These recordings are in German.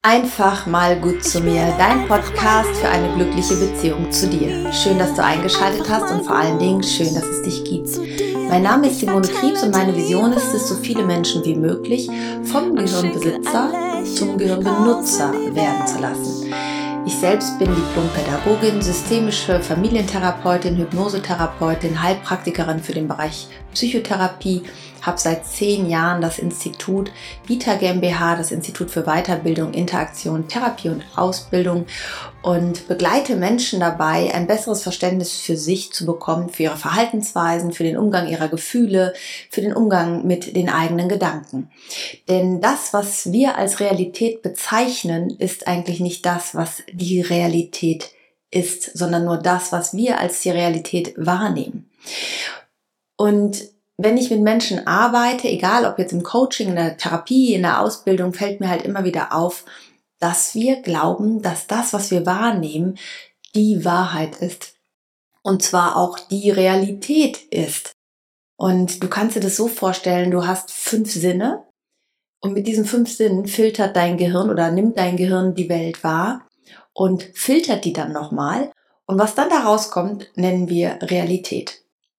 Einfach mal gut zu mir, dein Podcast für eine glückliche Beziehung zu dir. Schön, dass du eingeschaltet hast und vor allen Dingen schön, dass es dich gibt. Mein Name ist Simone Kriebs und meine Vision ist es, so viele Menschen wie möglich vom Gehirnbesitzer zum Gehirnbenutzer werden zu lassen. Ich selbst bin Diplom-Pädagogin, systemische Familientherapeutin, Hypnosetherapeutin, Heilpraktikerin für den Bereich Psychotherapie, habe seit 10 Jahren das Institut Vita GmbH, das Institut für Weiterbildung, Interaktion, Therapie und Ausbildung und begleite Menschen dabei, ein besseres Verständnis für sich zu bekommen, für ihre Verhaltensweisen, für den Umgang ihrer Gefühle, für den Umgang mit den eigenen Gedanken. Denn das, was wir als Realität bezeichnen, ist eigentlich nicht das, was die Realität ist, sondern nur das, was wir als die Realität wahrnehmen. Und wenn ich mit Menschen arbeite, egal ob jetzt im Coaching, in der Therapie, in der Ausbildung, fällt mir halt immer wieder auf, dass wir glauben, dass das, was wir wahrnehmen, die Wahrheit ist. Und zwar auch die Realität ist. Und du kannst dir das so vorstellen, du hast 5 Sinne und mit diesen 5 Sinnen filtert dein Gehirn oder nimmt dein Gehirn die Welt wahr und filtert die dann nochmal. Und was dann da rauskommt, nennen wir Realität.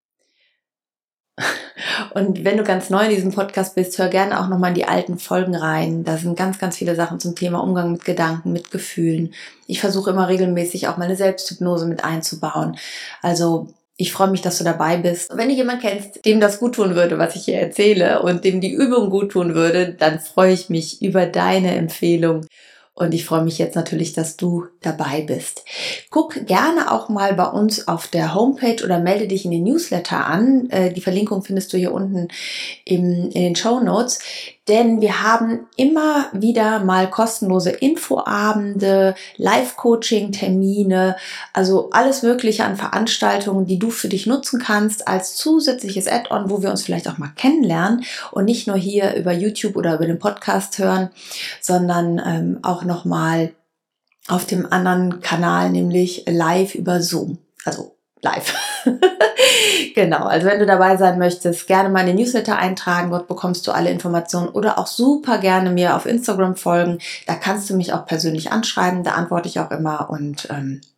Und wenn du ganz neu in diesem Podcast bist, hör gerne auch nochmal in die alten Folgen rein. Da sind ganz, ganz viele Sachen zum Thema Umgang mit Gedanken, mit Gefühlen. Ich versuche immer regelmäßig auch meine Selbsthypnose mit einzubauen. Also ich freue mich, dass du dabei bist. Und wenn du jemanden kennst, dem das gut tun würde, was ich hier erzähle und dem die Übung gut tun würde, dann freue ich mich über deine Empfehlung. Und ich freue mich jetzt natürlich, dass du dabei bist. Guck gerne auch mal bei uns auf der Homepage oder melde dich in den Newsletter an. Die Verlinkung findest du hier unten in den Shownotes. Denn wir haben immer wieder mal kostenlose Infoabende, Live-Coaching-Termine, also alles Mögliche an Veranstaltungen, die du für dich nutzen kannst als zusätzliches Add-on, wo wir uns vielleicht auch mal kennenlernen und nicht nur hier über YouTube oder über den Podcast hören, sondern auch nochmal auf dem anderen Kanal, nämlich live über Zoom. Also live. Genau, also wenn du dabei sein möchtest, gerne mal in den Newsletter eintragen, dort bekommst du alle Informationen oder auch super gerne mir auf Instagram folgen. Da kannst du mich auch persönlich anschreiben, da antworte ich auch immer und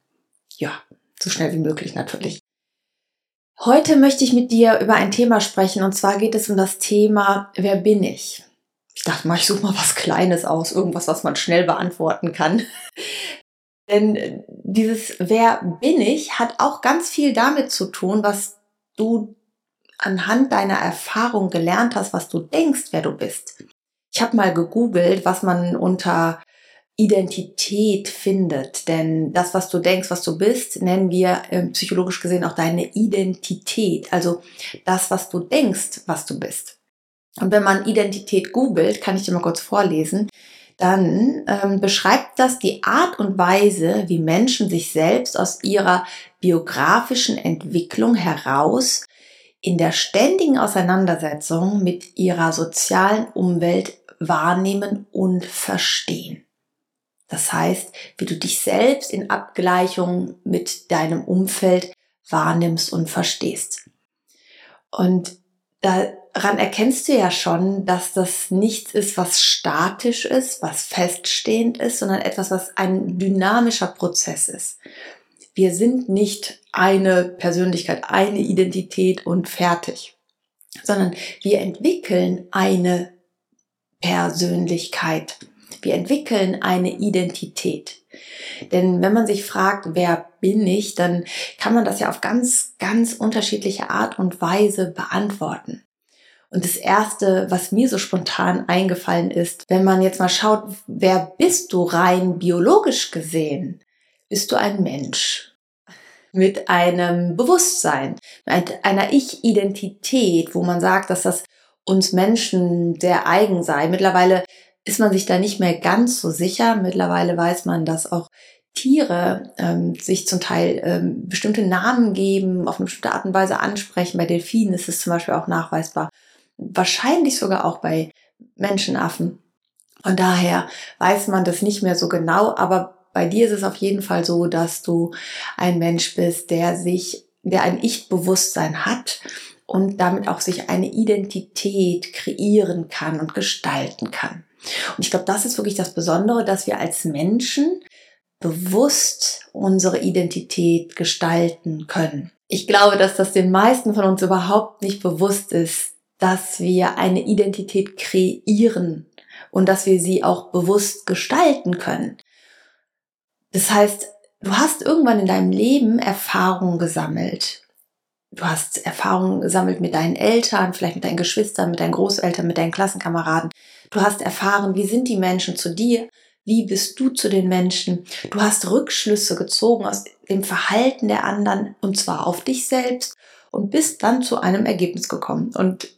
so schnell wie möglich natürlich. Heute möchte ich mit dir über ein Thema sprechen und zwar geht es um das Thema, wer bin ich? Ich dachte mal, ich suche mal was Kleines aus, irgendwas, was man schnell beantworten kann. Denn dieses Wer bin ich hat auch ganz viel damit zu tun, was du anhand deiner Erfahrung gelernt hast, was du denkst, wer du bist. Ich habe mal gegoogelt, was man unter Identität findet. Denn das, was du denkst, was du bist, nennen wir psychologisch gesehen auch deine Identität. Also das, was du denkst, was du bist. Und wenn man Identität googelt, kann ich dir mal kurz vorlesen, dann beschreibt das die Art und Weise, wie Menschen sich selbst aus ihrer biografischen Entwicklung heraus in der ständigen Auseinandersetzung mit ihrer sozialen Umwelt wahrnehmen und verstehen. Das heißt, wie du dich selbst in Abgleichung mit deinem Umfeld wahrnimmst und verstehst. Und daran erkennst du ja schon, dass das nichts ist, was statisch ist, was feststehend ist, sondern etwas, was ein dynamischer Prozess ist. Wir sind nicht eine Persönlichkeit, eine Identität und fertig, sondern wir entwickeln eine Persönlichkeit. Wir entwickeln eine Identität. Denn wenn man sich fragt, wer bin ich, dann kann man das ja auf ganz, ganz unterschiedliche Art und Weise beantworten. Und das Erste, was mir so spontan eingefallen ist, wenn man jetzt mal schaut, wer bist du rein biologisch gesehen? Bist du ein Mensch mit einem Bewusstsein, mit einer Ich-Identität, wo man sagt, dass das uns Menschen sehr eigen sei. Mittlerweile ist man sich da nicht mehr ganz so sicher. Mittlerweile weiß man, dass auch Tiere sich zum Teil bestimmte Namen geben, auf eine bestimmte Art und Weise ansprechen. Bei Delfinen ist es zum Beispiel auch nachweisbar. Wahrscheinlich sogar auch bei Menschenaffen. Von daher weiß man das nicht mehr so genau, aber bei dir ist es auf jeden Fall so, dass du ein Mensch bist, der ein Ich-Bewusstsein hat und damit auch sich eine Identität kreieren kann und gestalten kann. Und ich glaube, das ist wirklich das Besondere, dass wir als Menschen bewusst unsere Identität gestalten können. Ich glaube, dass das den meisten von uns überhaupt nicht bewusst ist, dass wir eine Identität kreieren und dass wir sie auch bewusst gestalten können. Das heißt, du hast irgendwann in deinem Leben Erfahrungen gesammelt. Du hast Erfahrungen gesammelt mit deinen Eltern, vielleicht mit deinen Geschwistern, mit deinen Großeltern, mit deinen Klassenkameraden. Du hast erfahren, wie sind die Menschen zu dir? Wie bist du zu den Menschen? Du hast Rückschlüsse gezogen aus dem Verhalten der anderen und zwar auf dich selbst und bist dann zu einem Ergebnis gekommen. Und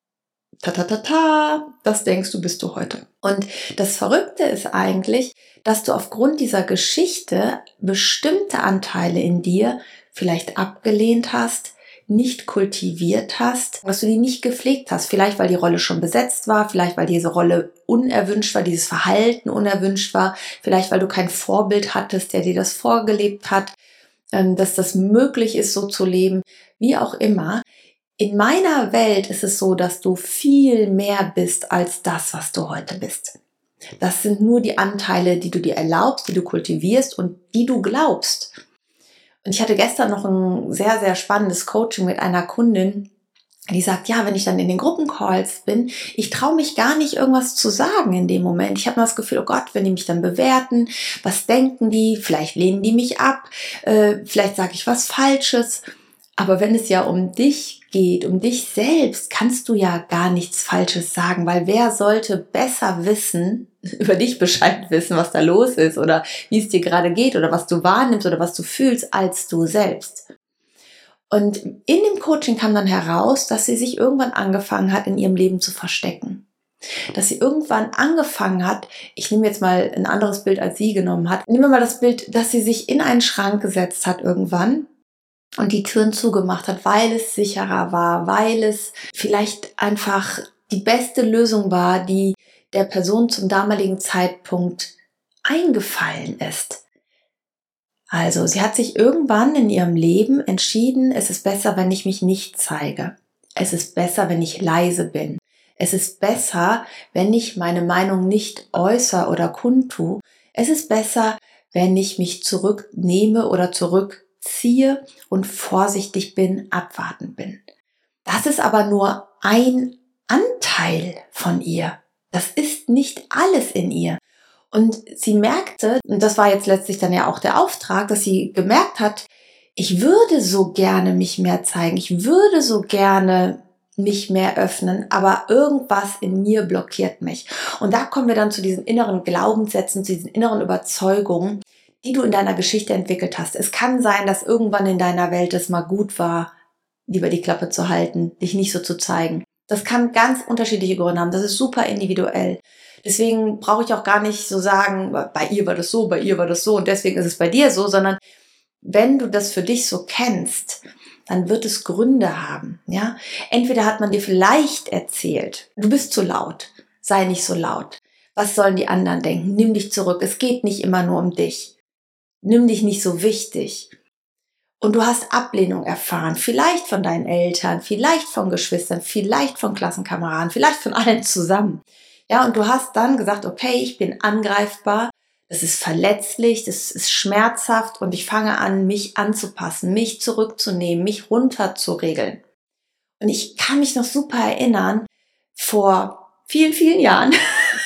das denkst du, bist du heute. Und das Verrückte ist eigentlich, dass du aufgrund dieser Geschichte bestimmte Anteile in dir vielleicht abgelehnt hast, nicht kultiviert hast, dass du die nicht gepflegt hast. Vielleicht, weil die Rolle schon besetzt war, vielleicht, weil diese Rolle unerwünscht war, dieses Verhalten unerwünscht war, vielleicht, weil du kein Vorbild hattest, der dir das vorgelebt hat, dass das möglich ist, so zu leben, wie auch immer. In meiner Welt ist es so, dass du viel mehr bist als das, was du heute bist. Das sind nur die Anteile, die du dir erlaubst, die du kultivierst und die du glaubst. Und ich hatte gestern noch ein sehr, sehr spannendes Coaching mit einer Kundin, die sagt, ja, wenn ich dann in den Gruppencalls bin, ich traue mich gar nicht, irgendwas zu sagen in dem Moment. Ich habe nur das Gefühl, oh Gott, wenn die mich dann bewerten, was denken die? Vielleicht lehnen die mich ab, vielleicht sage ich was Falsches. Aber wenn es ja um dich geht, um dich selbst, kannst du ja gar nichts Falsches sagen, weil wer sollte besser wissen, über dich Bescheid wissen, was da los ist oder wie es dir gerade geht oder was du wahrnimmst oder was du fühlst, als du selbst. Und in dem Coaching kam dann heraus, dass sie sich irgendwann angefangen hat, in ihrem Leben zu verstecken. Dass sie irgendwann angefangen hat, ich nehme jetzt mal ein anderes Bild, als sie genommen hat, nehmen wir mal das Bild, dass sie sich in einen Schrank gesetzt hat irgendwann und die Türen zugemacht hat, weil es sicherer war, weil es vielleicht einfach die beste Lösung war, die der Person zum damaligen Zeitpunkt eingefallen ist. Also, sie hat sich irgendwann in ihrem Leben entschieden, es ist besser, wenn ich mich nicht zeige. Es ist besser, wenn ich leise bin. Es ist besser, wenn ich meine Meinung nicht äußere oder kundtue. Es ist besser, wenn ich mich zurücknehme oder zurückziehe und vorsichtig bin, abwartend bin. Das ist aber nur ein Anteil von ihr. Das ist nicht alles in ihr. Und sie merkte, und das war jetzt letztlich dann ja auch der Auftrag, dass sie gemerkt hat, ich würde so gerne mich mehr zeigen, ich würde so gerne mich mehr öffnen, aber irgendwas in mir blockiert mich. Und da kommen wir dann zu diesen inneren Glaubenssätzen, zu diesen inneren Überzeugungen, die du in deiner Geschichte entwickelt hast. Es kann sein, dass irgendwann in deiner Welt es mal gut war, lieber die Klappe zu halten, dich nicht so zu zeigen. Das kann ganz unterschiedliche Gründe haben. Das ist super individuell. Deswegen brauche ich auch gar nicht so sagen, bei ihr war das so, bei ihr war das so und deswegen ist es bei dir so, sondern wenn du das für dich so kennst, dann wird es Gründe haben. Ja? Entweder hat man dir vielleicht erzählt, du bist zu laut, sei nicht so laut. Was sollen die anderen denken? Nimm dich zurück. Es geht nicht immer nur um dich. Nimm dich nicht so wichtig. Und du hast Ablehnung erfahren, vielleicht von deinen Eltern, vielleicht von Geschwistern, vielleicht von Klassenkameraden, vielleicht von allen zusammen. Ja, und du hast dann gesagt, okay, ich bin angreifbar, das ist verletzlich, das ist schmerzhaft und ich fange an, mich anzupassen, mich zurückzunehmen, mich runterzuregeln. Und ich kann mich noch super erinnern, vor vielen, vielen Jahren,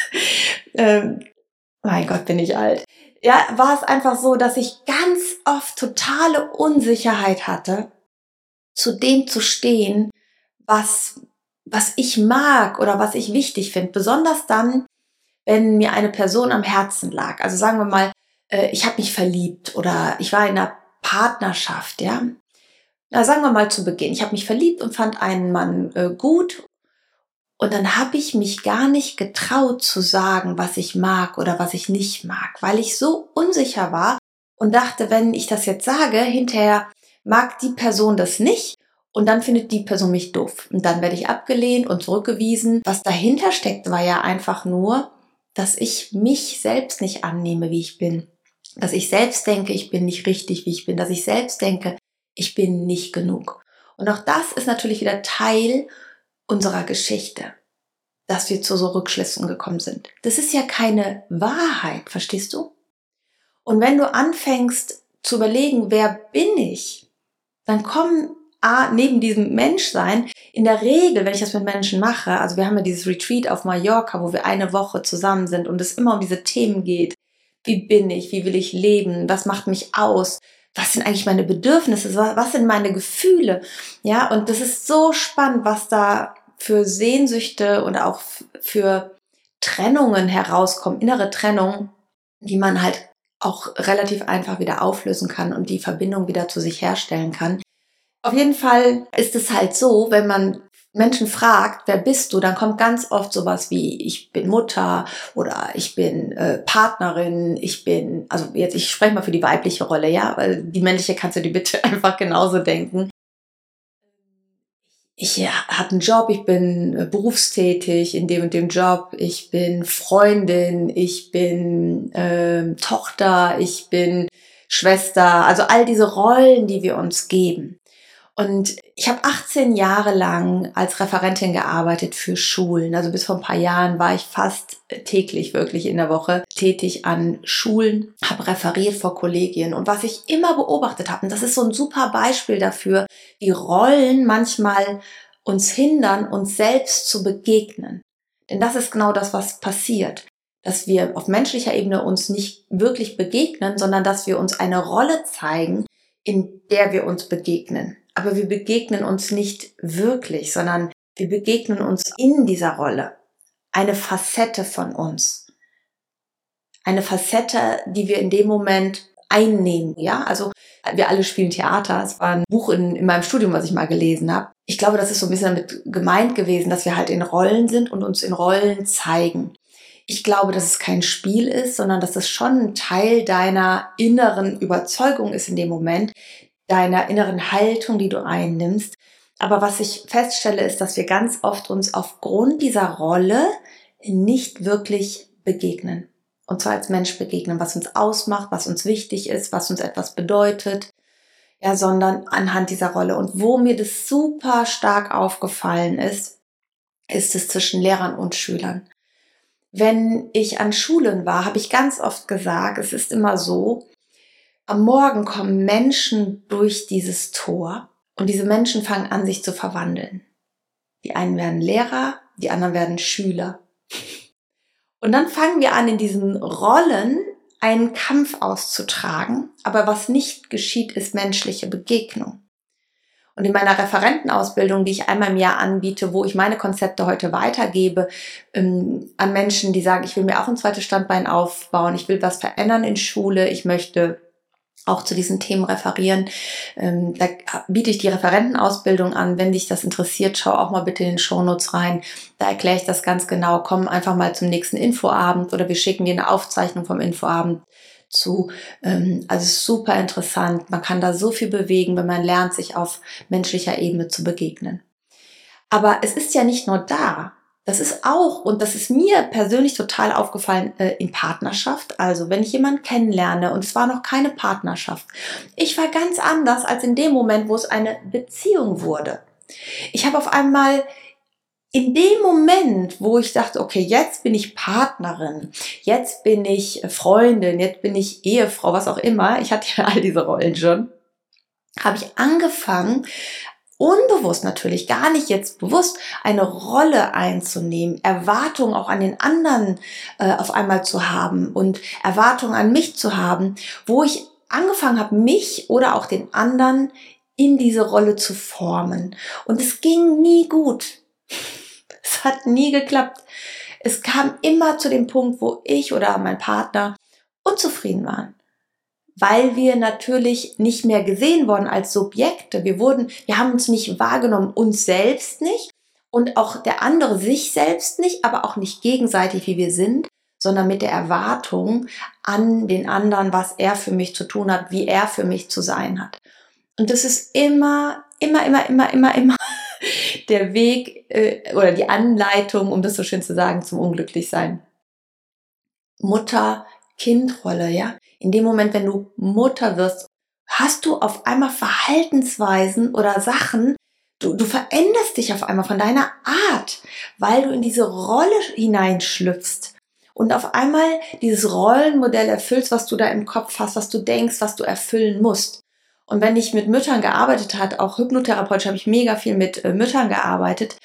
mein Gott, bin ich alt, ja, war es einfach so, dass ich ganz oft totale Unsicherheit hatte, zu dem zu stehen, was ich mag oder was ich wichtig finde. Besonders dann, wenn mir eine Person am Herzen lag. Also sagen wir mal, ich habe mich verliebt oder ich war in einer Partnerschaft, ja. Na, sagen wir mal zu Beginn, ich habe mich verliebt und fand einen Mann gut. Und dann habe ich mich gar nicht getraut zu sagen, was ich mag oder was ich nicht mag, weil ich so unsicher war und dachte, wenn ich das jetzt sage, hinterher mag die Person das nicht und dann findet die Person mich doof. Und dann werde ich abgelehnt und zurückgewiesen. Was dahinter steckt, war ja einfach nur, dass ich mich selbst nicht annehme, wie ich bin. Dass ich selbst denke, ich bin nicht richtig, wie ich bin. Dass ich selbst denke, ich bin nicht genug. Und auch das ist natürlich wieder Teil unserer Geschichte. dass wir zu so Rückschlüssen gekommen sind. Das ist ja keine Wahrheit, verstehst du? Und wenn du anfängst zu überlegen, wer bin ich, dann kommen neben diesem Menschsein, in der Regel, wenn ich das mit Menschen mache, also wir haben ja dieses Retreat auf Mallorca, wo wir eine Woche zusammen sind und es immer um diese Themen geht. Wie bin ich? Wie will ich leben? Was macht mich aus? Was sind eigentlich meine Bedürfnisse? Was sind meine Gefühle? Ja, und das ist so spannend, was da für Sehnsüchte und auch für Trennungen herauskommen, innere Trennungen, die man halt auch relativ einfach wieder auflösen kann und die Verbindung wieder zu sich herstellen kann. Auf jeden Fall ist es halt so, wenn man Menschen fragt, wer bist du, dann kommt ganz oft sowas wie, ich bin Mutter oder ich bin Partnerin, ich spreche mal für die weibliche Rolle, ja, weil die männliche kannst du dir bitte einfach genauso denken. Ich habe einen Job, ich bin berufstätig in dem und dem Job, ich bin Freundin, ich bin Tochter, ich bin Schwester, also all diese Rollen, die wir uns geben. Und ich habe 18 Jahre lang als Referentin gearbeitet für Schulen. Also bis vor ein paar Jahren war ich fast täglich wirklich in der Woche tätig an Schulen, habe referiert vor Kollegien. Und was ich immer beobachtet habe, und das ist so ein super Beispiel dafür, wie Rollen manchmal uns hindern, uns selbst zu begegnen. Denn das ist genau das, was passiert. Dass wir auf menschlicher Ebene uns nicht wirklich begegnen, sondern dass wir uns eine Rolle zeigen, in der wir uns begegnen. Aber wir begegnen uns nicht wirklich, sondern wir begegnen uns in dieser Rolle. Eine Facette von uns. Eine Facette, die wir in dem Moment einnehmen. Ja, also wir alle spielen Theater. Es war ein Buch in meinem Studium, was ich mal gelesen habe. Ich glaube, das ist so ein bisschen damit gemeint gewesen, dass wir halt in Rollen sind und uns in Rollen zeigen. Ich glaube, dass es kein Spiel ist, sondern dass es schon ein Teil deiner inneren Überzeugung ist in dem Moment, deiner inneren Haltung, die du einnimmst. Aber was ich feststelle, ist, dass wir ganz oft uns aufgrund dieser Rolle nicht wirklich begegnen. Und zwar als Mensch begegnen, was uns ausmacht, was uns wichtig ist, was uns etwas bedeutet. Ja, sondern anhand dieser Rolle. Und wo mir das super stark aufgefallen ist, ist es zwischen Lehrern und Schülern. Wenn ich an Schulen war, habe ich ganz oft gesagt, es ist immer so, am Morgen kommen Menschen durch dieses Tor und diese Menschen fangen an, sich zu verwandeln. Die einen werden Lehrer, die anderen werden Schüler. Und dann fangen wir an, in diesen Rollen einen Kampf auszutragen, aber was nicht geschieht, ist menschliche Begegnung. Und in meiner Referentenausbildung, die ich einmal im Jahr anbiete, wo ich meine Konzepte heute weitergebe, an Menschen, die sagen, ich will mir auch ein zweites Standbein aufbauen, ich will was verändern in Schule, ich möchte auch zu diesen Themen referieren. Da biete ich die Referentenausbildung an. Wenn dich das interessiert, schau auch mal bitte in den Shownotes rein. Da erkläre ich das ganz genau. Komm einfach mal zum nächsten Infoabend oder wir schicken dir eine Aufzeichnung vom Infoabend zu. Also es ist super interessant. Man kann da so viel bewegen, wenn man lernt, sich auf menschlicher Ebene zu begegnen. Aber es ist ja nicht nur da. Das ist auch, und das ist mir persönlich total aufgefallen, in Partnerschaft. Also wenn ich jemanden kennenlerne und es war noch keine Partnerschaft. Ich war ganz anders als in dem Moment, wo es eine Beziehung wurde. Ich habe auf einmal in dem Moment, wo ich dachte, okay, jetzt bin ich Partnerin, jetzt bin ich Freundin, jetzt bin ich Ehefrau, was auch immer. Ich hatte ja all diese Rollen schon. Habe ich angefangen, unbewusst natürlich, gar nicht jetzt bewusst, eine Rolle einzunehmen, Erwartungen auch an den anderen auf einmal zu haben und Erwartungen an mich zu haben, wo ich angefangen habe, mich oder auch den anderen in diese Rolle zu formen. Und es ging nie gut. Es hat nie geklappt. Es kam immer zu dem Punkt, wo ich oder mein Partner unzufrieden waren. Weil wir natürlich nicht mehr gesehen wurden als Subjekte. Wir haben uns nicht wahrgenommen, uns selbst nicht und auch der andere sich selbst nicht, aber auch nicht gegenseitig, wie wir sind, sondern mit der Erwartung an den anderen, was er für mich zu tun hat, wie er für mich zu sein hat. Und das ist immer der Weg oder die Anleitung, um das so schön zu sagen, zum Unglücklichsein. Mutter-Kind-Rolle, ja. In dem Moment, wenn du Mutter wirst, hast du auf einmal Verhaltensweisen oder Sachen, Du veränderst dich auf einmal von deiner Art, weil du in diese Rolle hineinschlüpfst und auf einmal dieses Rollenmodell erfüllst, was du da im Kopf hast, was du denkst, was du erfüllen musst. Und wenn ich mit Müttern gearbeitet habe, auch hypnotherapeutisch habe ich mega viel mit Müttern gearbeitet,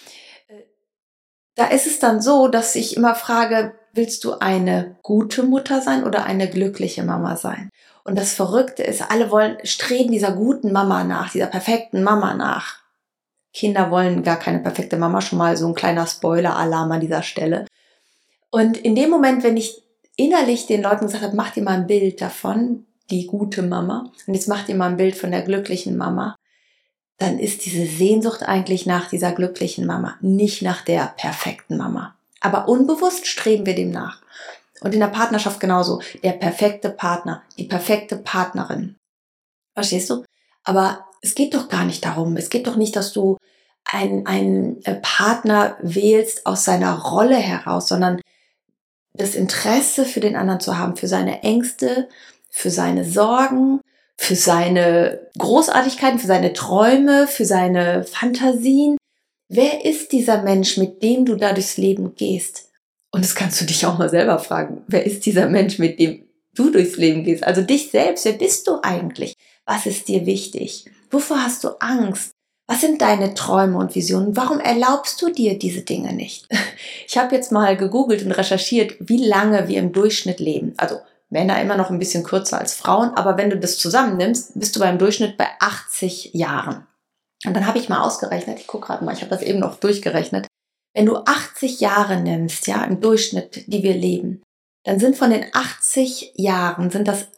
da ist es dann so, dass ich immer frage, willst du eine gute Mutter sein oder eine glückliche Mama sein? Und das Verrückte ist, alle streben dieser guten Mama nach, dieser perfekten Mama nach. Kinder wollen gar keine perfekte Mama, schon mal so ein kleiner Spoiler-Alarm an dieser Stelle. Und in dem Moment, wenn ich innerlich den Leuten gesagt habe, mach dir mal ein Bild davon, die gute Mama, und jetzt mach dir mal ein Bild von der glücklichen Mama, dann ist diese Sehnsucht eigentlich nach dieser glücklichen Mama, nicht nach der perfekten Mama. Aber unbewusst streben wir dem nach. Und in der Partnerschaft genauso. Der perfekte Partner, die perfekte Partnerin. Verstehst du? Aber es geht doch gar nicht darum. Es geht doch nicht, dass du einen Partner wählst aus seiner Rolle heraus, sondern das Interesse für den anderen zu haben, für seine Ängste, für seine Sorgen, für seine Großartigkeiten, für seine Träume, für seine Fantasien. Wer ist dieser Mensch, mit dem du da durchs Leben gehst? Und das kannst du dich auch mal selber fragen. Wer ist dieser Mensch, mit dem du durchs Leben gehst? Also dich selbst. Wer bist du eigentlich? Was ist dir wichtig? Wovor hast du Angst? Was sind deine Träume und Visionen? Warum erlaubst du dir diese Dinge nicht? Ich habe jetzt mal gegoogelt und recherchiert, wie lange wir im Durchschnitt leben. Also Männer immer noch ein bisschen kürzer als Frauen, aber wenn du das zusammennimmst, bist du beim Durchschnitt bei 80 Jahren. Und dann habe ich mal ausgerechnet, ich gucke gerade mal, ich habe das eben noch durchgerechnet, wenn du 80 Jahre nimmst, ja, im Durchschnitt, die wir leben, dann sind von den 80 Jahren, sind das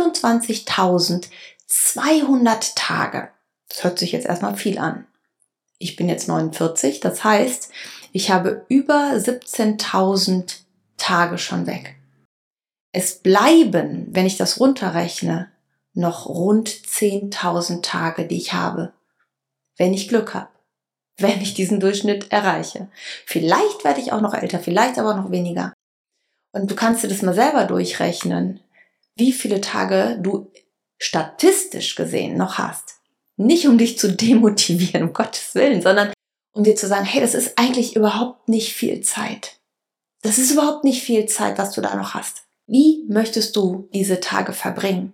29.200 Tage. Das hört sich jetzt erstmal viel an. Ich bin jetzt 49, das heißt, ich habe über 17.000 Tage schon weg. Es bleiben, wenn ich das runterrechne, noch rund 10.000 Tage, die ich habe, wenn ich Glück habe, wenn ich diesen Durchschnitt erreiche. Vielleicht werde ich auch noch älter, vielleicht aber noch weniger. Und du kannst dir das mal selber durchrechnen, wie viele Tage du statistisch gesehen noch hast. Nicht um dich zu demotivieren, um Gottes Willen, sondern um dir zu sagen, hey, das ist eigentlich überhaupt nicht viel Zeit. Das ist überhaupt nicht viel Zeit, was du da noch hast. Wie möchtest du diese Tage verbringen?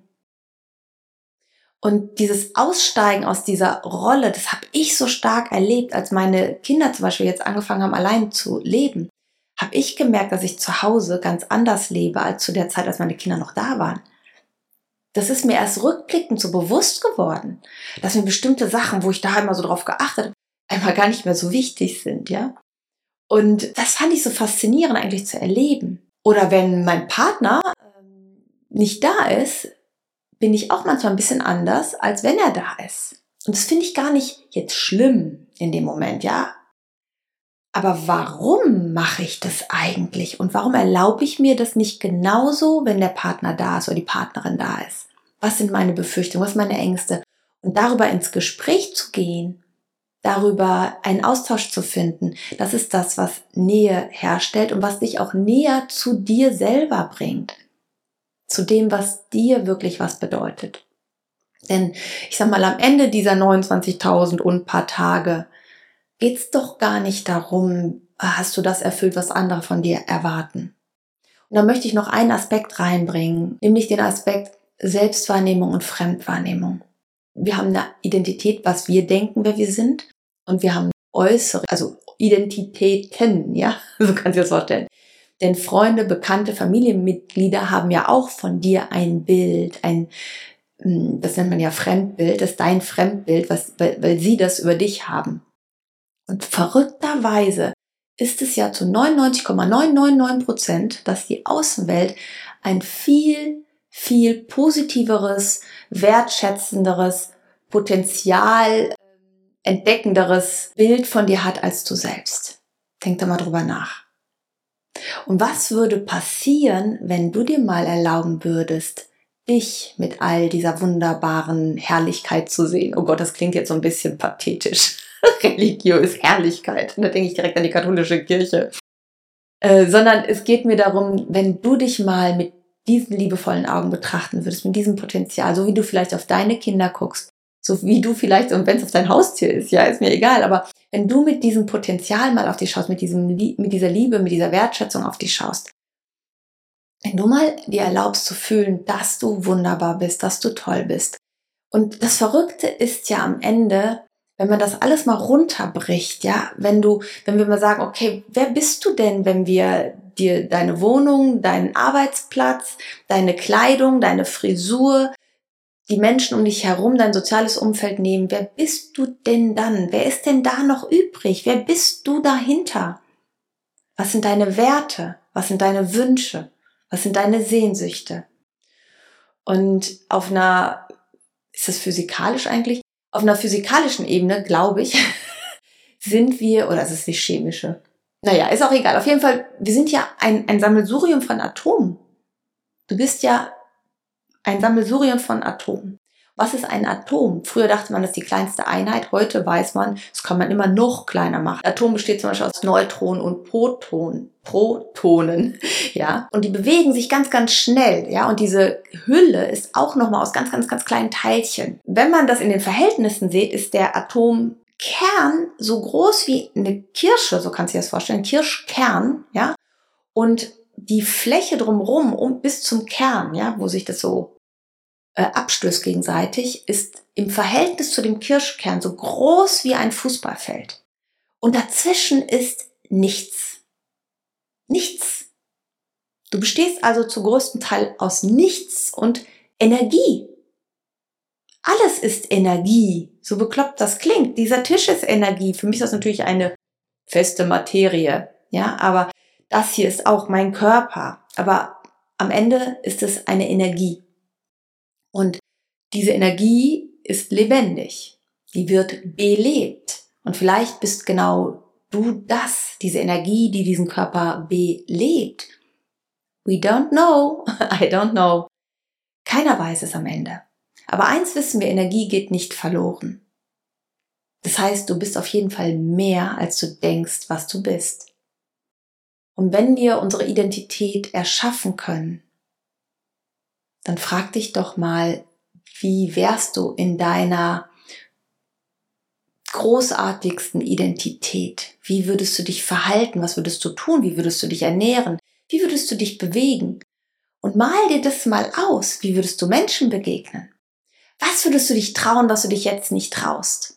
Und dieses Aussteigen aus dieser Rolle, das habe ich so stark erlebt, als meine Kinder zum Beispiel jetzt angefangen haben, allein zu leben, habe ich gemerkt, dass ich zu Hause ganz anders lebe, als zu der Zeit, als meine Kinder noch da waren. Das ist mir erst rückblickend so bewusst geworden, dass mir bestimmte Sachen, wo ich da immer so drauf geachtet habe, einmal gar nicht mehr so wichtig sind, ja. Und das fand ich so faszinierend eigentlich zu erleben. Oder wenn mein Partner nicht da ist, bin ich auch manchmal ein bisschen anders, als wenn er da ist. Und das finde ich gar nicht jetzt schlimm in dem Moment, ja. Aber warum mache ich das eigentlich? Und warum erlaube ich mir das nicht genauso, wenn der Partner da ist oder die Partnerin da ist? Was sind meine Befürchtungen? Was sind meine Ängste? Und darüber ins Gespräch zu gehen, darüber einen Austausch zu finden, das ist das, was Nähe herstellt und was dich auch näher zu dir selber bringt. Zu dem, was dir wirklich was bedeutet. Denn ich sag mal, am Ende dieser 29.000 und ein paar Tage geht's doch gar nicht darum, hast du das erfüllt, was andere von dir erwarten. Und da möchte ich noch einen Aspekt reinbringen, nämlich den Aspekt Selbstwahrnehmung und Fremdwahrnehmung. Wir haben eine Identität, was wir denken, wer wir sind, und wir haben äußere, also Identitäten, ja, so kannst du dir das vorstellen. Denn Freunde, Bekannte, Familienmitglieder haben ja auch von dir ein Bild, das nennt man ja Fremdbild, das ist dein Fremdbild, weil sie das über dich haben. Und verrückterweise ist es ja zu 99,999%, dass die Außenwelt ein viel, viel positiveres, wertschätzenderes, Potenzial entdeckenderes Bild von dir hat als du selbst. Denk da mal drüber nach. Und was würde passieren, wenn du dir mal erlauben würdest, dich mit all dieser wunderbaren Herrlichkeit zu sehen? Oh Gott, das klingt jetzt so ein bisschen pathetisch. Religiös, Herrlichkeit. Da denke ich direkt an die katholische Kirche. Sondern es geht mir darum, wenn du dich mal mit diesen liebevollen Augen betrachten würdest, mit diesem Potenzial, so wie du vielleicht auf deine Kinder guckst, So wie du vielleicht, und wenn es auf dein Haustier ist, ja, ist mir egal, aber wenn du mit diesem Potenzial mal auf dich schaust, mit dieser Liebe, mit dieser Wertschätzung auf dich schaust, wenn du mal dir erlaubst zu fühlen, dass du wunderbar bist, dass du toll bist. Und das Verrückte ist ja am Ende, wenn man das alles mal runterbricht, ja, wenn wir mal sagen, okay, wer bist du denn, wenn wir dir deine Wohnung, deinen Arbeitsplatz, deine Kleidung, deine Frisur, die Menschen um dich herum, dein soziales Umfeld nehmen, wer bist du denn dann? Wer ist denn da noch übrig? Wer bist du dahinter? Was sind deine Werte? Was sind deine Wünsche? Was sind deine Sehnsüchte? Und ist das physikalisch eigentlich? Auf einer physikalischen Ebene, glaube ich, sind wir, oder ist es die chemische? Naja, ist auch egal. Auf jeden Fall, wir sind ja ein Sammelsurium von Atomen. Du bist ja ein Sammelsurium von Atomen. Was ist ein Atom? Früher dachte man, das ist die kleinste Einheit. Heute weiß man, das kann man immer noch kleiner machen. Ein Atom besteht zum Beispiel aus Neutronen und Protonen, ja. Und die bewegen sich ganz, ganz schnell, ja. Und diese Hülle ist auch nochmal aus ganz, ganz, ganz kleinen Teilchen. Wenn man das in den Verhältnissen sieht, ist der Atomkern so groß wie eine Kirsche, so kannst du dir das vorstellen, ein Kirschkern, ja. Und die Fläche drumherum, bis zum Kern, ja, wo sich das so abstößt gegenseitig, ist im Verhältnis zu dem Kirschkern so groß wie ein Fußballfeld. Und dazwischen ist nichts. Nichts. Du bestehst also zu größten Teil aus nichts und Energie. Alles ist Energie. So bekloppt das klingt. Dieser Tisch ist Energie. Für mich ist das natürlich eine feste Materie. Ja, aber das hier ist auch mein Körper. Aber am Ende ist es eine Energie. Und diese Energie ist lebendig. Die wird belebt. Und vielleicht bist genau du diese Energie, die diesen Körper belebt. We don't know. I don't know. Keiner weiß es am Ende. Aber eins wissen wir, Energie geht nicht verloren. Das heißt, du bist auf jeden Fall mehr, als du denkst, was du bist. Und wenn wir unsere Identität erschaffen können, dann frag dich doch mal, wie wärst du in deiner großartigsten Identität? Wie würdest du dich verhalten? Was würdest du tun? Wie würdest du dich ernähren? Wie würdest du dich bewegen? Und mal dir das mal aus. Wie würdest du Menschen begegnen? Was würdest du dich trauen, was du dich jetzt nicht traust?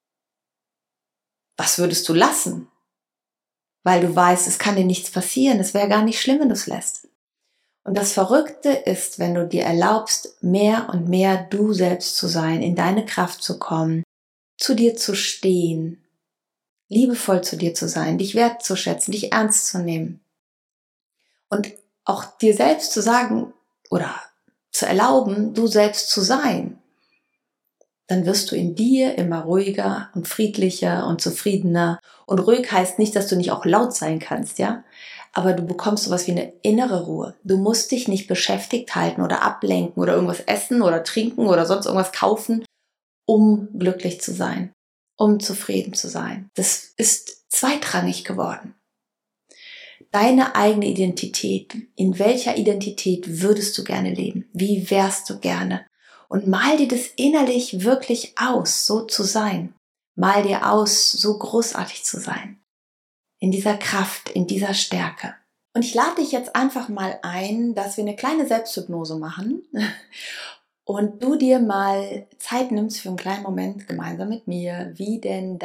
Was würdest du lassen? Weil du weißt, es kann dir nichts passieren. Es wäre gar nicht schlimm, wenn du es lässt. Und das Verrückte ist, wenn du dir erlaubst, mehr und mehr du selbst zu sein, in deine Kraft zu kommen, zu dir zu stehen, liebevoll zu dir zu sein, dich wertzuschätzen, dich ernst zu nehmen. Und auch dir selbst zu sagen oder zu erlauben, du selbst zu sein. Dann wirst du in dir immer ruhiger und friedlicher und zufriedener. Und ruhig heißt nicht, dass du nicht auch laut sein kannst, ja? Aber du bekommst sowas wie eine innere Ruhe. Du musst dich nicht beschäftigt halten oder ablenken oder irgendwas essen oder trinken oder sonst irgendwas kaufen, um glücklich zu sein, um zufrieden zu sein. Das ist zweitrangig geworden. Deine eigene Identität. In welcher Identität würdest du gerne leben? Wie wärst du gerne? Und mal dir das innerlich wirklich aus, so zu sein. Mal dir aus, so großartig zu sein. In dieser Kraft, in dieser Stärke. Und ich lade dich jetzt einfach mal ein, dass wir eine kleine Selbsthypnose machen und du dir mal Zeit nimmst für einen kleinen Moment gemeinsam mit mir, wie denn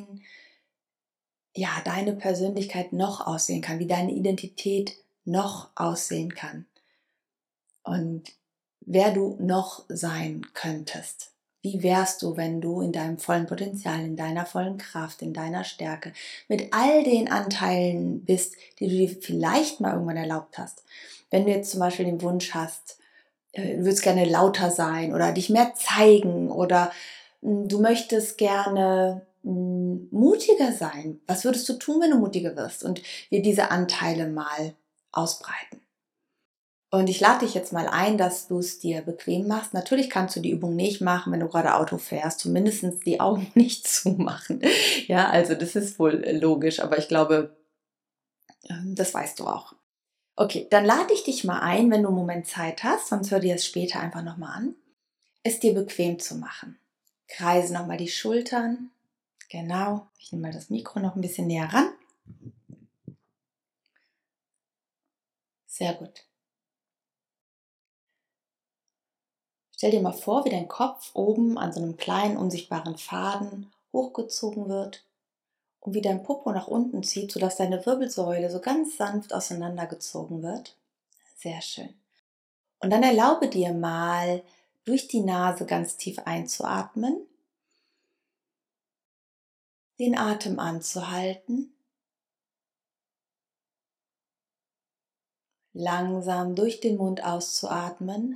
deine Persönlichkeit noch aussehen kann, wie deine Identität noch aussehen kann und wer du noch sein könntest. Wie wärst du, wenn du in deinem vollen Potenzial, in deiner vollen Kraft, in deiner Stärke, mit all den Anteilen bist, die du dir vielleicht mal irgendwann erlaubt hast. Wenn du jetzt zum Beispiel den Wunsch hast, du würdest gerne lauter sein oder dich mehr zeigen oder du möchtest gerne mutiger sein. Was würdest du tun, wenn du mutiger wirst? Und wir diese Anteile mal ausbreiten. Und ich lade dich jetzt mal ein, dass du es dir bequem machst. Natürlich kannst du die Übung nicht machen, wenn du gerade Auto fährst, zumindest die Augen nicht zumachen. Ja, also das ist wohl logisch, aber ich glaube, das weißt du auch. Okay, dann lade ich dich mal ein, wenn du einen Moment Zeit hast, sonst hör dir es später einfach nochmal an, es dir bequem zu machen. Kreise nochmal die Schultern. Genau, ich nehme mal das Mikro noch ein bisschen näher ran. Sehr gut. Stell dir mal vor, wie dein Kopf oben an so einem kleinen unsichtbaren Faden hochgezogen wird und wie dein Popo nach unten zieht, sodass deine Wirbelsäule so ganz sanft auseinandergezogen wird. Sehr schön. Und dann erlaube dir mal, durch die Nase ganz tief einzuatmen, den Atem anzuhalten, langsam durch den Mund auszuatmen,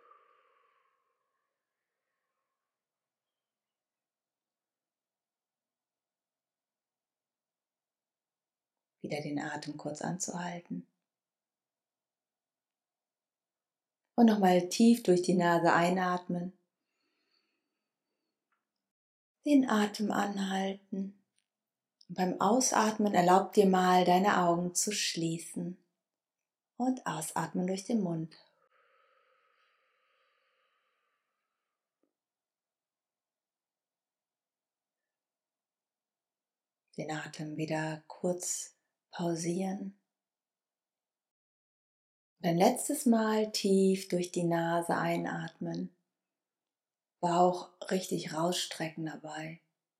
wieder den Atem kurz anzuhalten und nochmal tief durch die Nase einatmen, den Atem anhalten. Und beim Ausatmen erlaub dir mal, deine Augen zu schließen und ausatmen durch den Mund. Den Atem wieder kurz pausieren. Und ein letztes Mal tief durch die Nase einatmen. Bauch richtig rausstrecken dabei.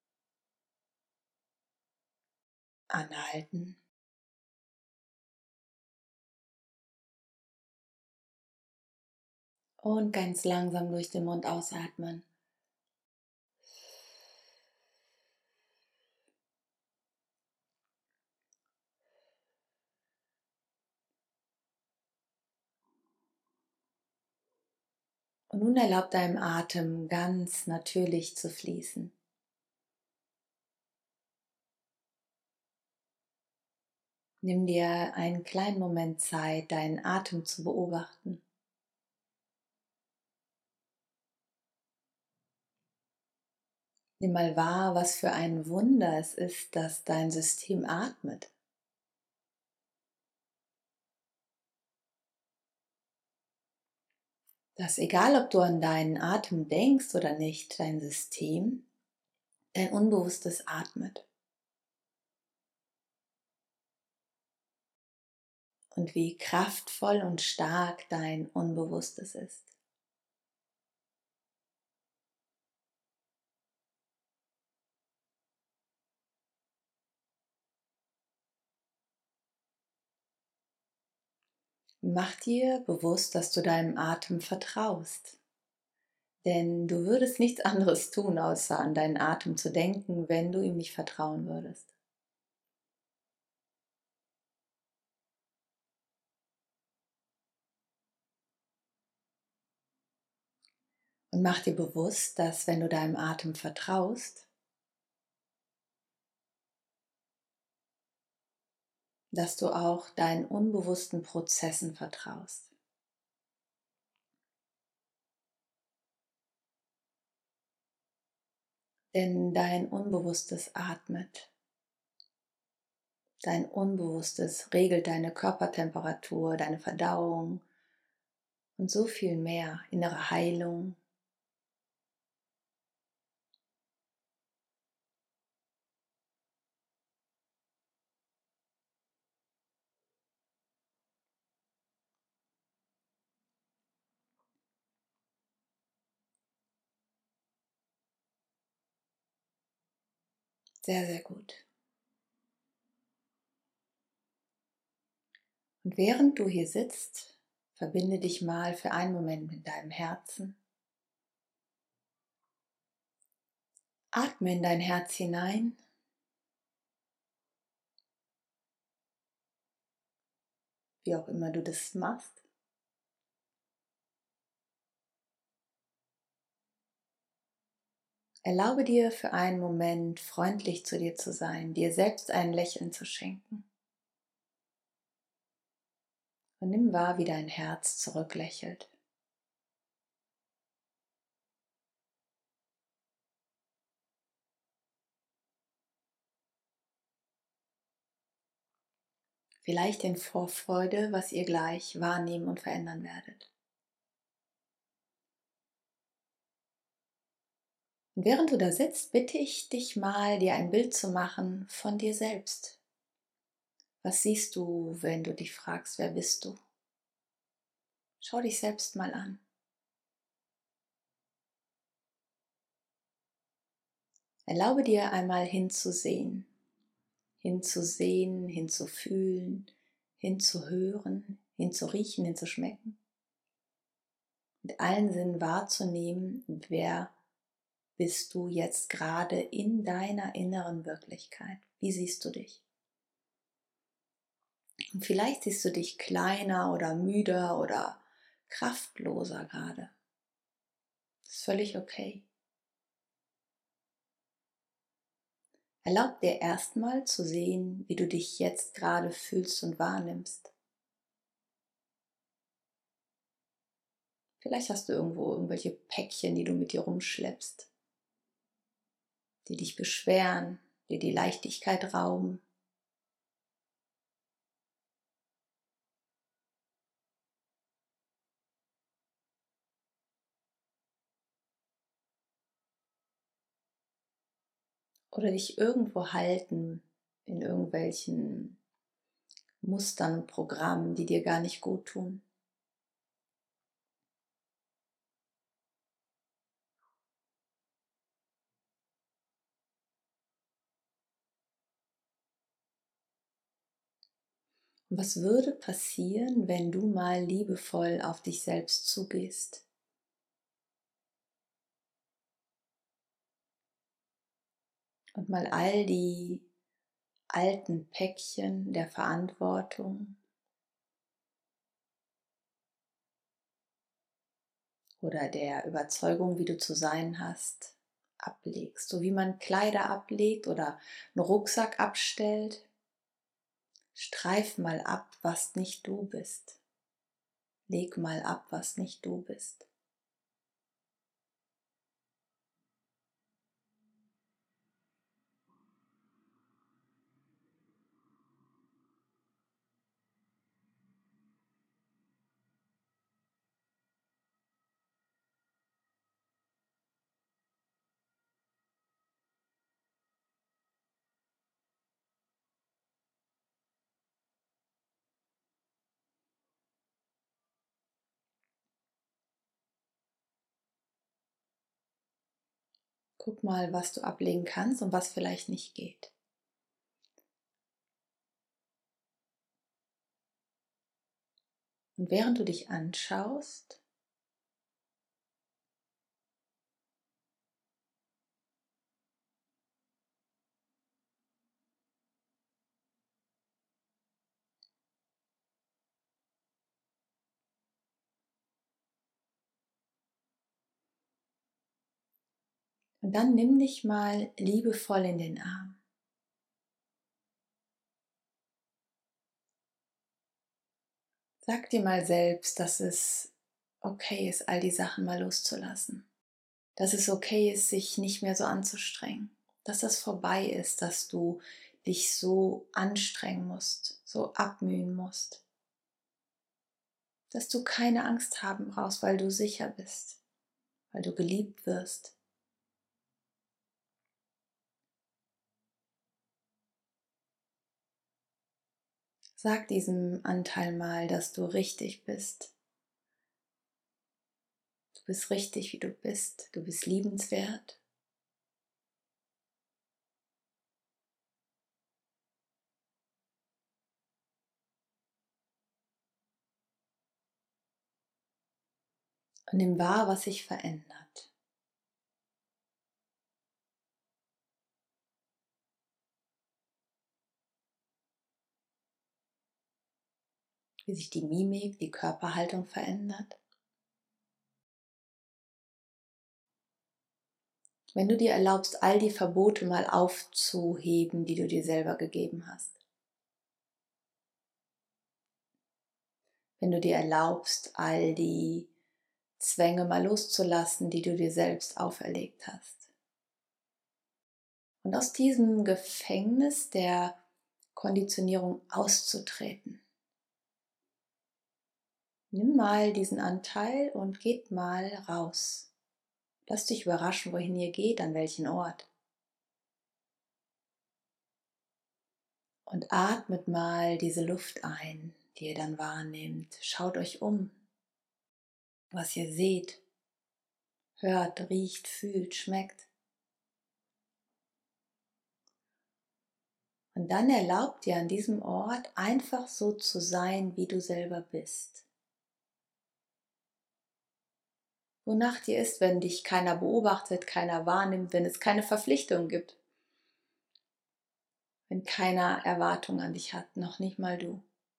Anhalten. Und ganz langsam durch den Mund ausatmen. Und nun erlaub deinem Atem ganz natürlich zu fließen. Nimm dir einen kleinen Moment Zeit, deinen Atem zu beobachten. Nimm mal wahr, was für ein Wunder es ist, dass dein System atmet. Dass egal, ob du an deinen Atem denkst oder nicht, dein System, dein Unbewusstes atmet. Und wie kraftvoll und stark dein Unbewusstes ist. Mach dir bewusst, dass du deinem Atem vertraust. Denn du würdest nichts anderes tun, außer an deinen Atem zu denken, wenn du ihm nicht vertrauen würdest. Und mach dir bewusst, dass wenn du deinem Atem vertraust, dass du auch deinen unbewussten Prozessen vertraust. Denn dein Unbewusstes atmet. Dein Unbewusstes regelt deine Körpertemperatur, deine Verdauung und so viel mehr, innere Heilung. Sehr, sehr gut. Und während du hier sitzt, verbinde dich mal für einen Moment mit deinem Herzen. Atme in dein Herz hinein. Wie auch immer du das machst. Erlaube dir für einen Moment freundlich zu dir zu sein, dir selbst ein Lächeln zu schenken. Und nimm wahr, wie dein Herz zurücklächelt. Vielleicht in Vorfreude, was ihr gleich wahrnehmen und verändern werdet. Und während du da sitzt, bitte ich dich mal, dir ein Bild zu machen von dir selbst. Was siehst du, wenn du dich fragst, wer bist du? Schau dich selbst mal an. Erlaube dir einmal hinzusehen, hinzufühlen, hinzuhören, hinzuriechen, hinzuschmecken. Mit allen Sinnen wahrzunehmen, wer bist du jetzt gerade in deiner inneren Wirklichkeit? Wie siehst du dich? Und vielleicht siehst du dich kleiner oder müder oder kraftloser gerade. Das ist völlig okay. Erlaub dir erstmal zu sehen, wie du dich jetzt gerade fühlst und wahrnimmst. Vielleicht hast du irgendwo irgendwelche Päckchen, die du mit dir rumschleppst, die dich beschweren, dir die Leichtigkeit rauben. Oder dich irgendwo halten in irgendwelchen Mustern und Programmen, die dir gar nicht gut tun. Und was würde passieren, wenn du mal liebevoll auf dich selbst zugehst? Und mal all die alten Päckchen der Verantwortung oder der Überzeugung, wie du zu sein hast, ablegst. So wie man Kleider ablegt oder einen Rucksack abstellt. Streif mal ab, was nicht du bist. Leg mal ab, was nicht du bist. Guck mal, was du ablegen kannst und was vielleicht nicht geht. Und während du dich anschaust, und dann nimm dich mal liebevoll in den Arm. Sag dir mal selbst, dass es okay ist, all die Sachen mal loszulassen. Dass es okay ist, sich nicht mehr so anzustrengen. Dass das vorbei ist, dass du dich so anstrengen musst, so abmühen musst. Dass du keine Angst haben brauchst, weil du sicher bist, weil du geliebt wirst. Sag diesem Anteil mal, dass du richtig bist. Du bist richtig, wie du bist. Du bist liebenswert. Und nimm wahr, was sich verändert. Wie sich die Mimik, die Körperhaltung verändert. Wenn du dir erlaubst, all die Verbote mal aufzuheben, die du dir selber gegeben hast. Wenn du dir erlaubst, all die Zwänge mal loszulassen, die du dir selbst auferlegt hast. Und aus diesem Gefängnis der Konditionierung auszutreten. Nimm mal diesen Anteil und geht mal raus. Lass dich überraschen, wohin ihr geht, an welchen Ort. Und atmet mal diese Luft ein, die ihr dann wahrnehmt. Schaut euch um, was ihr seht, hört, riecht, fühlt, schmeckt. Und dann erlaubt dir an diesem Ort einfach so zu sein, wie du selber bist. Wonach dir ist, wenn dich keiner beobachtet, keiner wahrnimmt, wenn es keine Verpflichtung gibt. Wenn keiner Erwartung an dich hat, noch nicht mal du.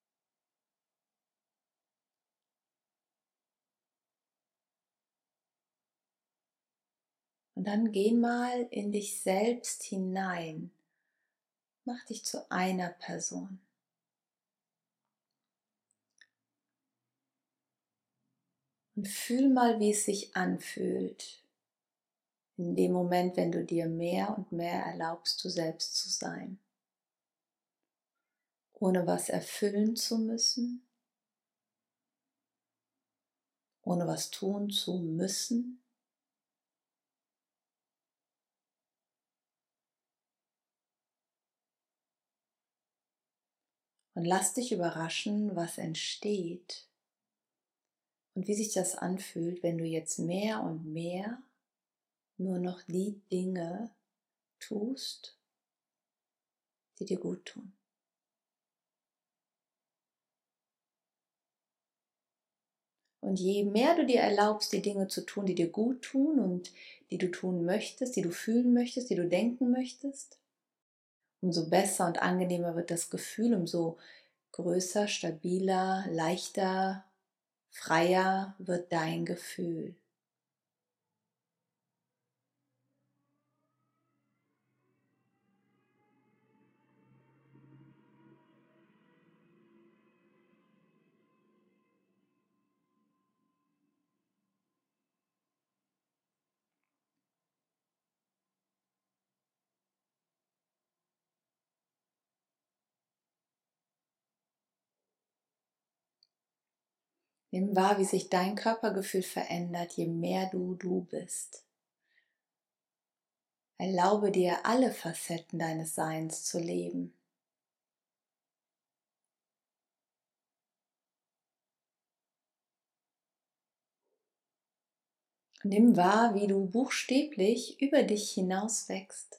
Und dann geh mal in dich selbst hinein. Mach dich zu einer Person. Und fühl mal, wie es sich anfühlt. In dem Moment, wenn du dir mehr und mehr erlaubst, du selbst zu sein. Ohne was erfüllen zu müssen. Ohne was tun zu müssen. Und lass dich überraschen, was entsteht und wie sich das anfühlt, wenn du jetzt mehr und mehr nur noch die Dinge tust, die dir gut tun. Und je mehr du dir erlaubst, die Dinge zu tun, die dir gut tun und die du tun möchtest, die du fühlen möchtest, die du denken möchtest, umso besser und angenehmer wird das Gefühl, umso größer, stabiler, leichter, freier wird dein Gefühl. Nimm wahr, wie sich dein Körpergefühl verändert, je mehr du bist. Erlaube dir, alle Facetten deines Seins zu leben. Nimm wahr, wie du buchstäblich über dich hinaus wächst.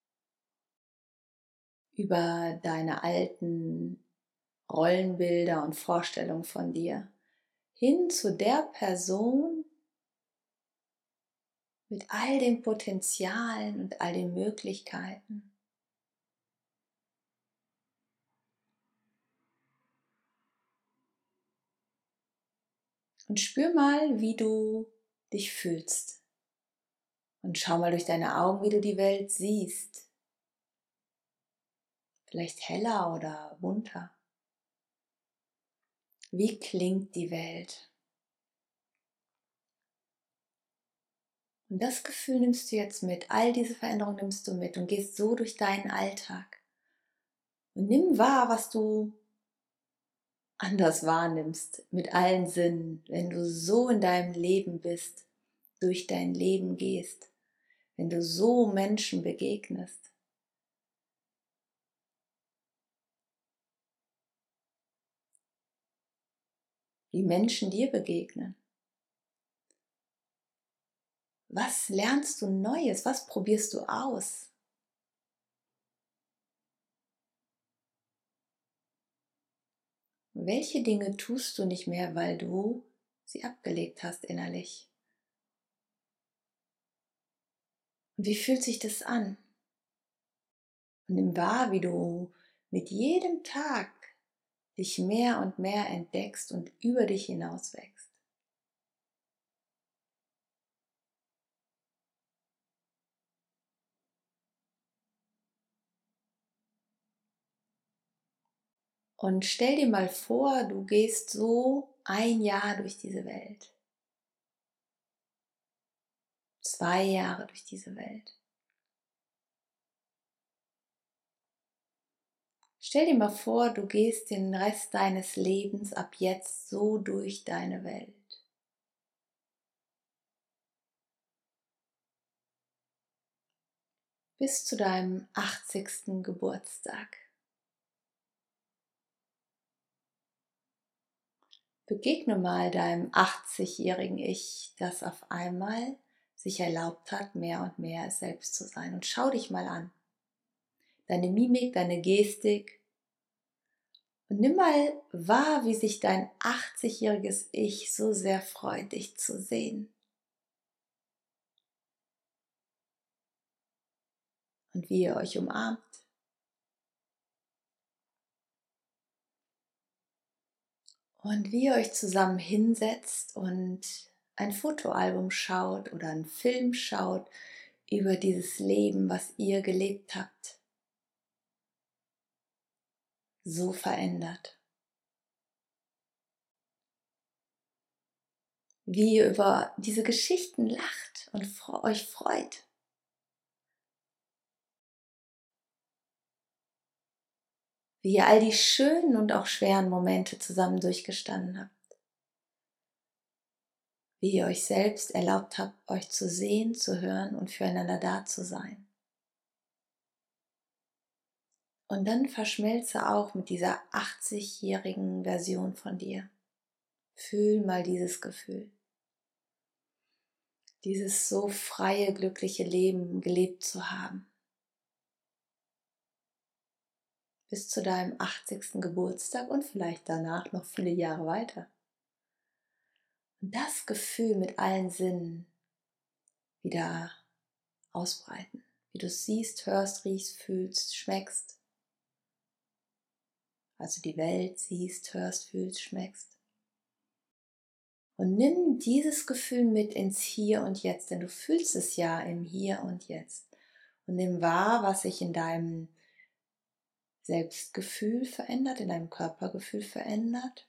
Über deine alten Rollenbilder und Vorstellungen von dir. Hin zu der Person mit all den Potenzialen und all den Möglichkeiten. Und spür mal, wie du dich fühlst. Und schau mal durch deine Augen, wie du die Welt siehst. Vielleicht heller oder bunter. Wie klingt die Welt? Und das Gefühl nimmst du jetzt mit, all diese Veränderungen nimmst du mit und gehst so durch deinen Alltag. Und nimm wahr, was du anders wahrnimmst, mit allen Sinnen, wenn du so in deinem Leben bist, durch dein Leben gehst, wenn du so Menschen begegnest. Wie Menschen dir begegnen. Was lernst du Neues? Was probierst du aus? Welche Dinge tust du nicht mehr, weil du sie abgelegt hast innerlich? Und wie fühlt sich das an? Und nimm wahr, wie du mit jedem Tag dich mehr und mehr entdeckst und über dich hinaus wächst. Und stell dir mal vor, du gehst so ein Jahr durch diese Welt. 2 Jahre durch diese Welt. Stell dir mal vor, du gehst den Rest deines Lebens ab jetzt so durch deine Welt. bis zu deinem 80. Geburtstag. Begegne mal deinem 80-jährigen Ich, das auf einmal sich erlaubt hat, mehr und mehr es selbst zu sein. Und schau dich mal an. Deine Mimik, deine Gestik. Und nimm mal wahr, wie sich dein 80-jähriges Ich so sehr freut, dich zu sehen. Und wie ihr euch umarmt. Und wie ihr euch zusammen hinsetzt und ein Fotoalbum schaut oder einen Film schaut über dieses Leben, was ihr gelebt habt. So verändert. Wie ihr über diese Geschichten lacht und euch freut. Wie ihr all die schönen und auch schweren Momente zusammen durchgestanden habt. Wie ihr euch selbst erlaubt habt, euch zu sehen, zu hören und füreinander da zu sein. Und dann verschmelze auch mit dieser 80-jährigen Version von dir. Fühl mal dieses Gefühl. Dieses so freie, glückliche Leben gelebt zu haben. Bis zu deinem 80. Geburtstag und vielleicht danach noch viele Jahre weiter. Und das Gefühl mit allen Sinnen wieder ausbreiten. Wie du es siehst, hörst, riechst, fühlst, schmeckst. Also die Welt siehst, hörst, fühlst, schmeckst. Und nimm dieses Gefühl mit ins Hier und Jetzt, denn du fühlst es ja im Hier und Jetzt. Und nimm wahr, was sich in deinem Selbstgefühl verändert, in deinem Körpergefühl verändert.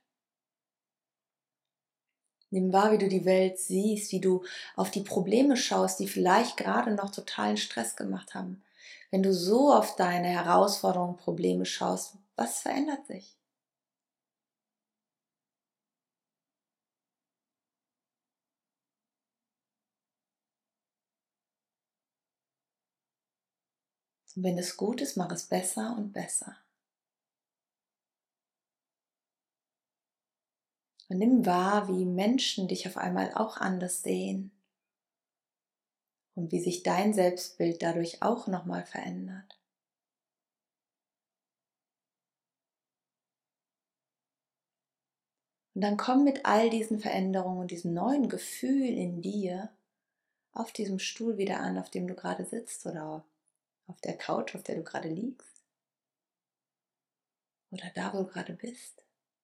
Nimm wahr, wie du die Welt siehst, wie du auf die Probleme schaust, die vielleicht gerade noch totalen Stress gemacht haben. Wenn du so auf deine Herausforderungen, Probleme schaust, was verändert sich? Und wenn es gut ist, mach es besser und besser. Und nimm wahr, wie Menschen dich auf einmal auch anders sehen und wie sich dein Selbstbild dadurch auch nochmal verändert. Und dann komm mit all diesen Veränderungen und diesem neuen Gefühl in dir auf diesem Stuhl wieder an, auf dem du gerade sitzt oder auf der Couch, auf der du gerade liegst oder da, wo du gerade bist.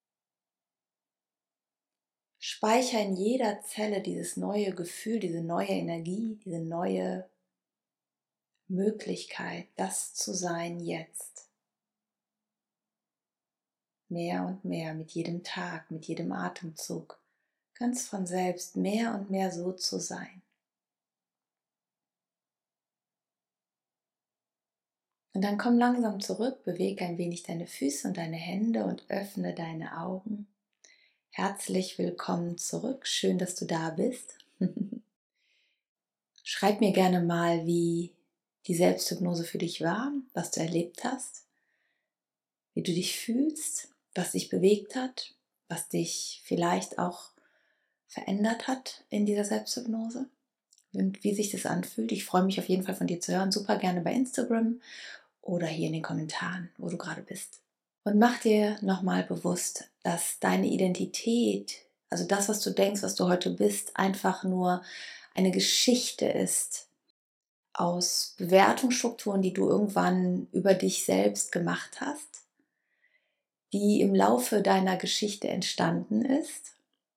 Speicher in jeder Zelle dieses neue Gefühl, diese neue Energie, diese neue Möglichkeit, das zu sein jetzt. Mehr und mehr mit jedem Tag, mit jedem Atemzug, ganz von selbst mehr und mehr so zu sein. Und dann komm langsam zurück, bewege ein wenig deine Füße und deine Hände und öffne deine Augen. Herzlich willkommen zurück, schön, dass du da bist. Schreib mir gerne mal, wie die Selbsthypnose für dich war, was du erlebt hast, wie du dich fühlst, was dich bewegt hat, was dich vielleicht auch verändert hat in dieser Selbsthypnose und wie sich das anfühlt. Ich freue mich auf jeden Fall von dir zu hören, super gerne bei Instagram oder hier in den Kommentaren, wo du gerade bist. Und mach dir nochmal bewusst, dass deine Identität, also das, was du denkst, was du heute bist, einfach nur eine Geschichte ist aus Bewertungsstrukturen, die du irgendwann über dich selbst gemacht hast, die im Laufe deiner Geschichte entstanden ist,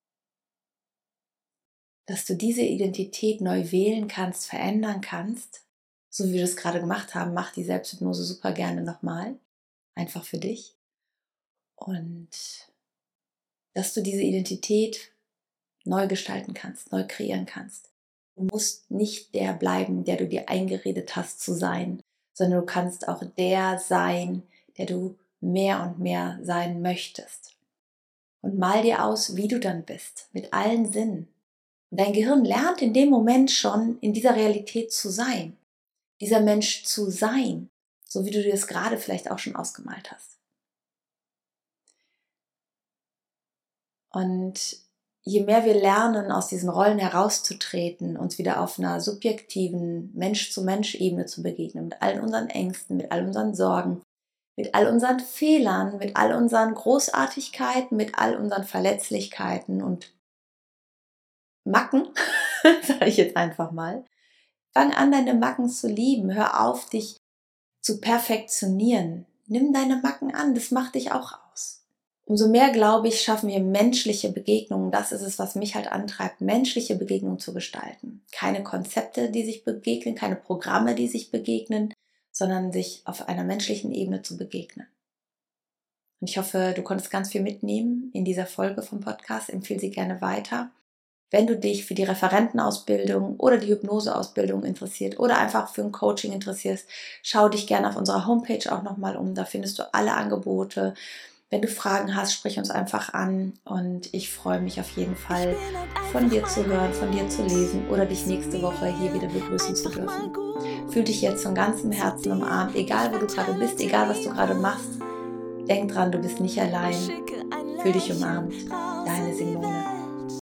dass du diese Identität neu wählen kannst, verändern kannst, so wie wir das gerade gemacht haben. Mach die Selbsthypnose super gerne nochmal, einfach für dich. Und dass du diese Identität neu gestalten kannst, neu kreieren kannst. Du musst nicht der bleiben, der du dir eingeredet hast zu sein, sondern du kannst auch der sein, der du mehr und mehr sein möchtest. Und mal dir aus, wie du dann bist, mit allen Sinnen. Und dein Gehirn lernt in dem Moment schon, in dieser Realität zu sein. dieser Mensch zu sein, so wie du dir es gerade vielleicht auch schon ausgemalt hast. Und je mehr wir lernen, aus diesen Rollen herauszutreten, uns wieder auf einer subjektiven Mensch-zu-Mensch-Ebene zu begegnen, mit all unseren Ängsten, mit all unseren Sorgen, mit all unseren Fehlern, mit all unseren Großartigkeiten, mit all unseren Verletzlichkeiten und Macken, sage ich jetzt einfach mal. Fang an, deine Macken zu lieben. Hör auf, dich zu perfektionieren. Nimm deine Macken an, das macht dich auch aus. Umso mehr, glaube ich, schaffen wir menschliche Begegnungen. Das ist es, was mich halt antreibt, menschliche Begegnungen zu gestalten. Keine Konzepte, die sich begegnen, keine Programme, die sich begegnen, sondern sich auf einer menschlichen Ebene zu begegnen. Und ich hoffe, du konntest ganz viel mitnehmen in dieser Folge vom Podcast. Empfehle sie gerne weiter. Wenn du dich für die Referentenausbildung oder die Hypnoseausbildung interessiert oder einfach für ein Coaching interessierst, schau dich gerne auf unserer Homepage auch nochmal um. Da findest du alle Angebote. Wenn du Fragen hast, sprich uns einfach an und ich freue mich auf jeden Fall, von dir zu hören, von dir zu lesen oder dich nächste Woche hier wieder begrüßen zu dürfen. Fühl dich jetzt von ganzem Herzen umarmt, egal wo du gerade bist, egal was du gerade machst. Denk dran, du bist nicht allein. Fühl dich umarmt. Deine Simone.